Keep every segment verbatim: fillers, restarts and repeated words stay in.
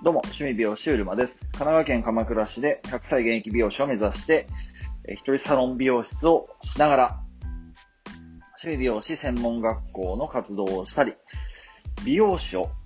どうも、趣味美容師うるまです。神奈川県鎌倉市でひゃくさい現役美容師を目指して、えー一人サロン美容室をしながら、趣味美容師専門学校の活動をしたり、美容師を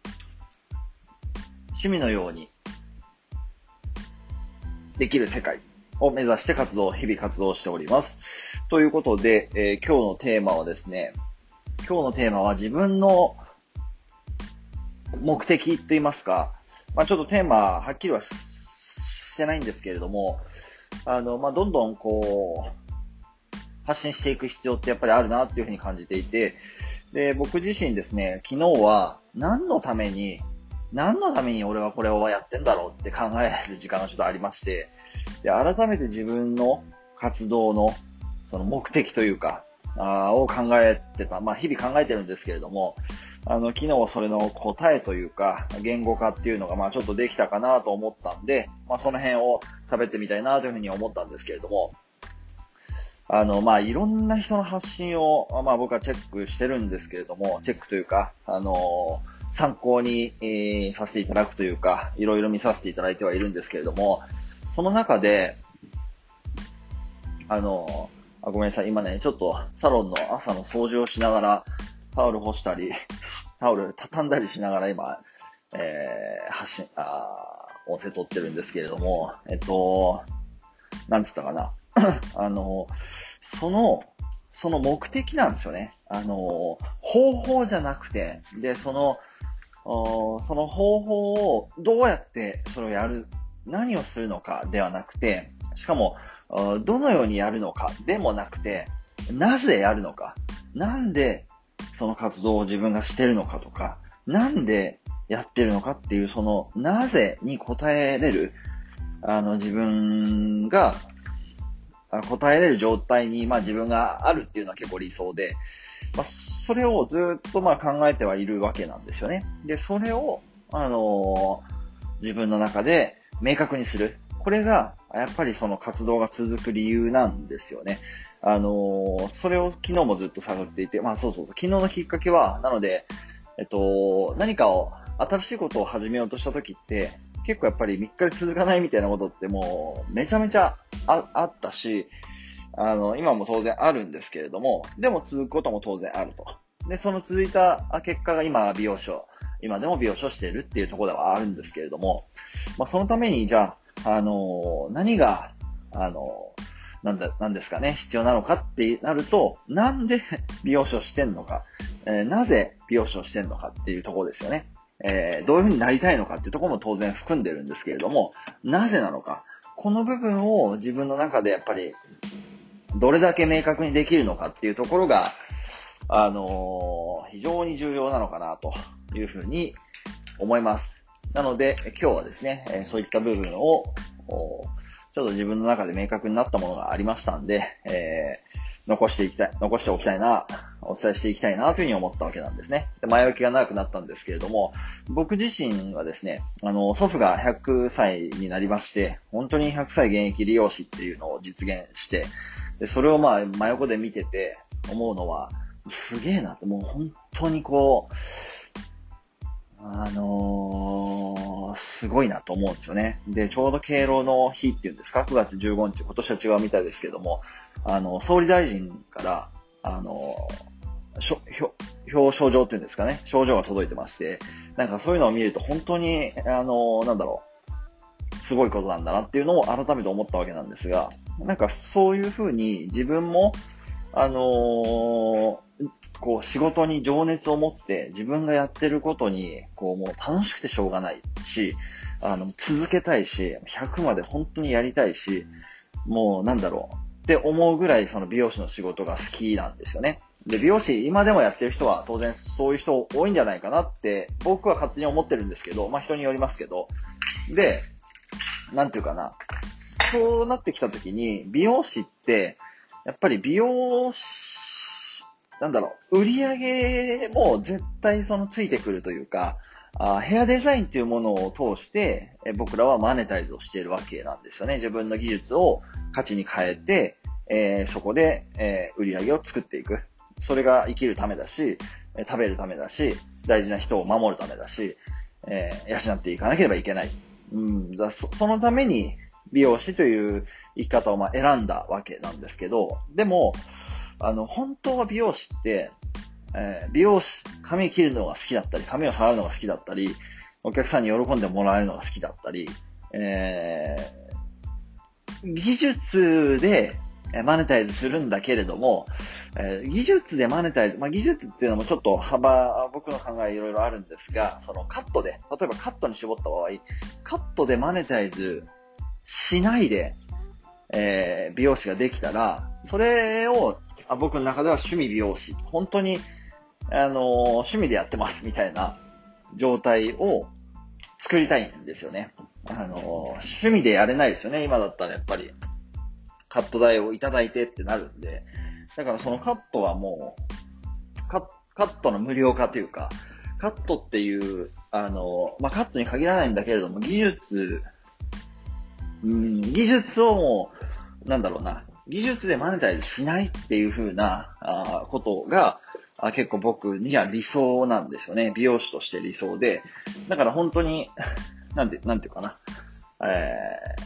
趣味のようにできる世界を目指して活動、日々活動しております。ということで、えー今日のテーマはですね、今日のテーマは自分の目的と言いますか、まあ、ちょっとテーマはっきりはしてないんですけれども、あの、まあ、どんどんこう、発信していく必要ってやっぱりあるなっていうふうに感じていて、で、僕自身ですね、昨日は何のために、何のために俺はこれをやってんだろうって考える時間がちょっとありまして、で、改めて自分の活動のその目的というか、あーを考えてた、まあ、日々考えてるんですけれども、あの、昨日はそれの答えというか、言語化っていうのが、まあちょっとできたかなと思ったんで、まあその辺を喋ってみたいなというふうに思ったんですけれども、あの、まあいろんな人の発信を、まあ僕はチェックしてるんですけれども、チェックというか、あの、参考に、えーさせていただくというか、いろいろ見させていただいてはいるんですけれども、その中で、あの、あごめんなさい、今ね、ちょっとサロンの朝の掃除をしながら、タオル干したり、タオル畳んだりしながら今、えー、発信、あー、音声取ってるんですけれども、えっと、なんつったかな。あの、その、その目的なんですよね。あの、方法じゃなくて、で、その、おその方法をどうやってそれをやる、何をするのかではなくて、しかも、おどのようにやるのかでもなくて、なぜやるのか、なんでその活動を自分がしてるのかとか、なんでやってるのかっていう、その、なぜに答えれる、あの、自分が、あ答えれる状態に、まあ自分があるっていうのは結構理想で、まあ、それをずっとまあ考えてはいるわけなんですよね。で、それを、あのー自分の中で明確にする。これが、やっぱりその活動が続く理由なんですよね。あのーそれを昨日もずっと探っていて、まあそうそうそう、昨日のきっかけは、なので、えっと、何かを、新しいことを始めようとした時って、結構やっぱりみっかで続かないみたいなことってもう、めちゃめちゃああったし、あの、今も当然あるんですけれども、でも続くことも当然あると。で、その続いた結果が今、美容師を、今でも美容師をしているっていうところではあるんですけれども、まあ、そのために、じゃあ、あの、何が、あの、なんだ、なんですかね、必要なのかってなると、なんで美容師をしてんのか、えーなぜ美容師をしてんのかっていうところですよね。えーどういうふうになりたいのかっていうところも当然含んでるんですけれども、なぜなのか。この部分を自分の中でやっぱりどれだけ明確にできるのかっていうところが、あのー非常に重要なのかなというふうに思います。なので、今日はですね、えーそういった部分を、おちょっと自分の中で明確になったものがありましたんで、えー残していきたい、残しておきたいな、お伝えしていきたいなというふうに思ったわけなんですね。で前置きが長くなったんですけれども、僕自身はですね、あの、祖父がひゃくさいになりまして、本当にひゃくさい現役理容師っていうのを実現して、で、それをまあ、真横で見てて思うのは、すげえなって、もう本当にこう、あのー、すごいなと思うんですよね。で、ちょうど敬老の日っていうんですか、くがつじゅうごにち、今年は違うみたいですけども、あの、総理大臣から、あのー、しょ表表彰状っていうんですかね、賞状が届いてまして、なんかそういうのを見ると本当に、あのー、なんだろう、すごいことなんだなっていうのを改めて思ったわけなんですが、なんかそういうふうに自分も、あのーこう仕事に情熱を持って自分がやってることにこうもう楽しくてしょうがないし、あの続けたいし、ひゃくまで本当にやりたいし、もうなんだろうって思うぐらいその美容師の仕事が好きなんですよね。で、美容師今でもやってる人は当然そういう人多いんじゃないかなって僕は勝手に思ってるんですけど、まあ人によりますけど、で、なんていうかな、そうなってきた時に美容師ってやっぱり美容師なんだろう、売り上げも絶対そのついてくるというか、あヘアデザインっていうものを通してえ僕らはマネタイズをしているわけなんですよね。自分の技術を価値に変えて、えー、そこで、えー、売り上げを作っていく。それが生きるためだし、食べるためだし、大事な人を守るためだし、 えー、養っていかなければいけない。うん、だそ、そのために美容師という生き方をまあ選んだわけなんですけど、でも、あの、本当は美容師って、えー、美容師、髪切るのが好きだったり、髪を触るのが好きだったり、お客さんに喜んでもらえるのが好きだったり、えー、技術でマネタイズするんだけれども、えー、技術でマネタイズ、まあ、技術っていうのもちょっと幅、僕の考えいろいろあるんですが、そのカットで、例えばカットに絞った場合、カットでマネタイズしないで、えー、美容師ができたら、それをあ僕の中では趣味美容師、本当に、あのー、趣味でやってますみたいな状態を作りたいんですよね。あのー、趣味でやれないですよね。今だったらやっぱりカット代をいただいてってなるんで、だからそのカットはもうカッ、カットの無料化というか、カットっていう、あのー、まあ、カットに限らないんだけれども、技術、うん、技術をもう、なんだろうな、技術でマネタイズしないっていう風なあことがあ結構僕には理想なんですよね。美容師として理想で。だから本当に、なんて、なんていうかな。え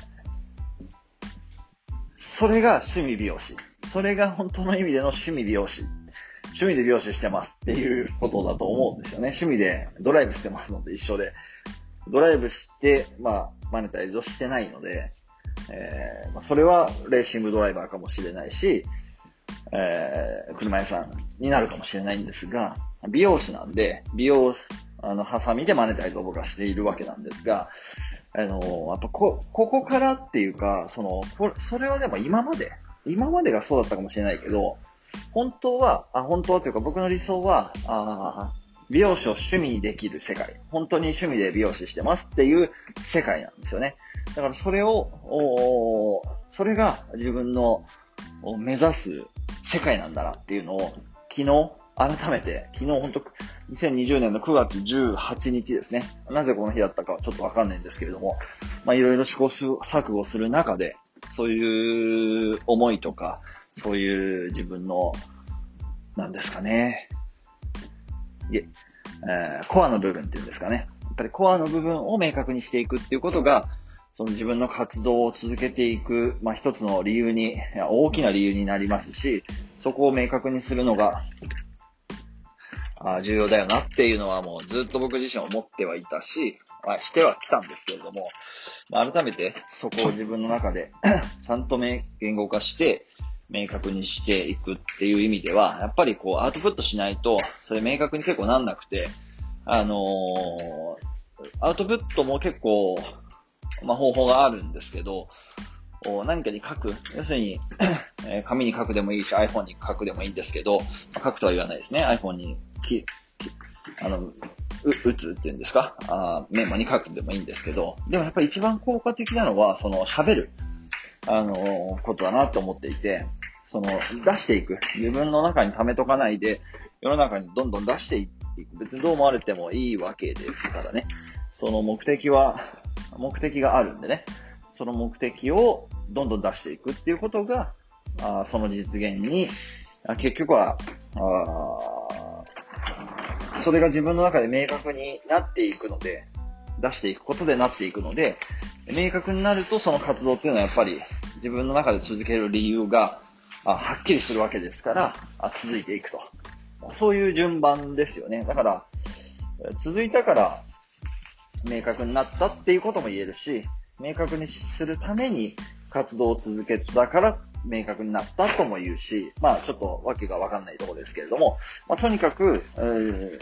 ー、それが趣味美容師。それが本当の意味での趣味美容師。趣味で美容師してますっていうことだと思うんですよね。趣味でドライブしてますので一緒で。ドライブして、まあ、マネタイズをしてないので、えー、それはレーシングドライバーかもしれないし、えー、車屋さんになるかもしれないんですが、美容師なんで、美容、あの、ハサミでマネタイズを僕はしているわけなんですが、あのー、やっぱこ、ここからっていうか、その、それはでも今まで、今までがそうだったかもしれないけど、本当は、あ、本当はというか僕の理想は、あ美容師を趣味にできる世界。本当に趣味で美容師してますっていう世界なんですよね。だからそれを、それが自分の目指す世界なんだなっていうのを昨日改めて、昨日本当にせんにじゅうねんのくがつじゅうはちにちですね。なぜこの日だったかはちょっとわかんないんですけれども、まあいろいろ試行錯誤する中で、そういう思いとか、そういう自分の、なんですかね。えー、コアの部分っていうんですかね。やっぱりコアの部分を明確にしていくっていうことが、その自分の活動を続けていく、まあ一つの理由に、大きな理由になりますし、そこを明確にするのが、あ重要だよなっていうのはもうずっと僕自身思ってはいたし、まあ、してはきたんですけれども、まあ、改めてそこを自分の中でちゃんと言語化して、明確にしていくっていう意味では、やっぱりこうアウトプットしないと、それ明確に結構なんなくて、あのー、アウトプットも結構、まあ方法があるんですけど、何かに書く、要するに、紙に書くでもいいし、iPhone に書くでもいいんですけど、書くとは言わないですね。iPhone にき、きあの、う、打つっていうんですかあメモに書くでもいいんですけど、でもやっぱり一番効果的なのは、その喋る、あのー、ことだなと思っていて、その、出していく。自分の中に溜めとかないで、世の中にどんどん出していく。別にどう思われてもいいわけですからね。その目的は、目的があるんでね。その目的をどんどん出していくっていうことが、あその実現に、あ結局はあ、それが自分の中で明確になっていくので、出していくことでなっていくので、明確になるとその活動っていうのはやっぱり自分の中で続ける理由があはっきりするわけですからあ、続いていくと。そういう順番ですよね。だから、続いたから明確になったっていうことも言えるし、明確にするために活動を続けたから明確になったとも言うし、まあちょっとわけがわかんないところですけれども、まあ、とにかく、えー、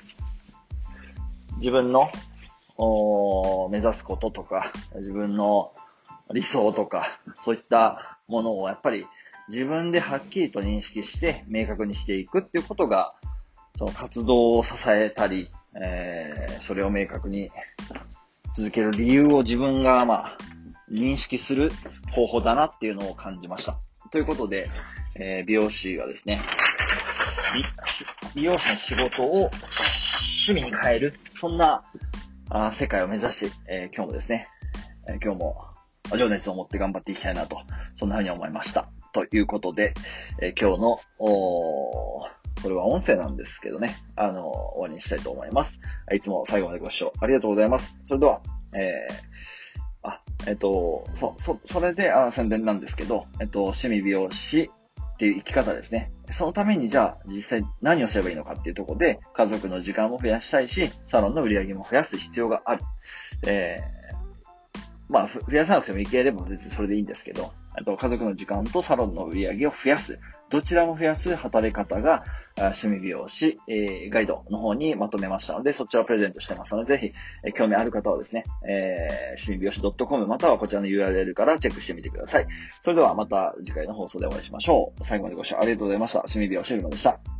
自分の目指すこととか、自分の理想とか、そういったものをやっぱり自分ではっきりと認識して明確にしていくっていうことが、その活動を支えたり、えー、それを明確に続ける理由を自分がまあ認識する方法だなっていうのを感じました。ということで、えー、美容師がですね、美容師の仕事を趣味に変える、そんなあ世界を目指し、えー、今日もですね、えー、今日も情熱を持って頑張っていきたいなと、そんな風に思いました。ということで、えー、今日のこれは音声なんですけどね、あの、終わりにしたいと思います。いつも最後までご視聴ありがとうございます。それでは、えー、あ、えっと、そ、そ、それで、あ、宣伝なんですけど、えっと、趣味美容師っていう生き方ですね。そのためにじゃあ、実際何をすればいいのかっていうところで、家族の時間も増やしたいし、サロンの売り上げも増やす必要がある。えー、まあ、増やさなくてもいければ別にそれでいいんですけど、あと家族の時間とサロンの売り上げを増やす。どちらも増やす働き方が、趣味美容師、えー、ガイドの方にまとめましたので、そちらをプレゼントしてますので、ぜひ、えー、興味ある方はですね、えー、趣味美容師 .com またはこちらの ユーアールエル からチェックしてみてください。それではまた次回の放送でお会いしましょう。最後までご視聴ありがとうございました。趣味美容師うるまでした。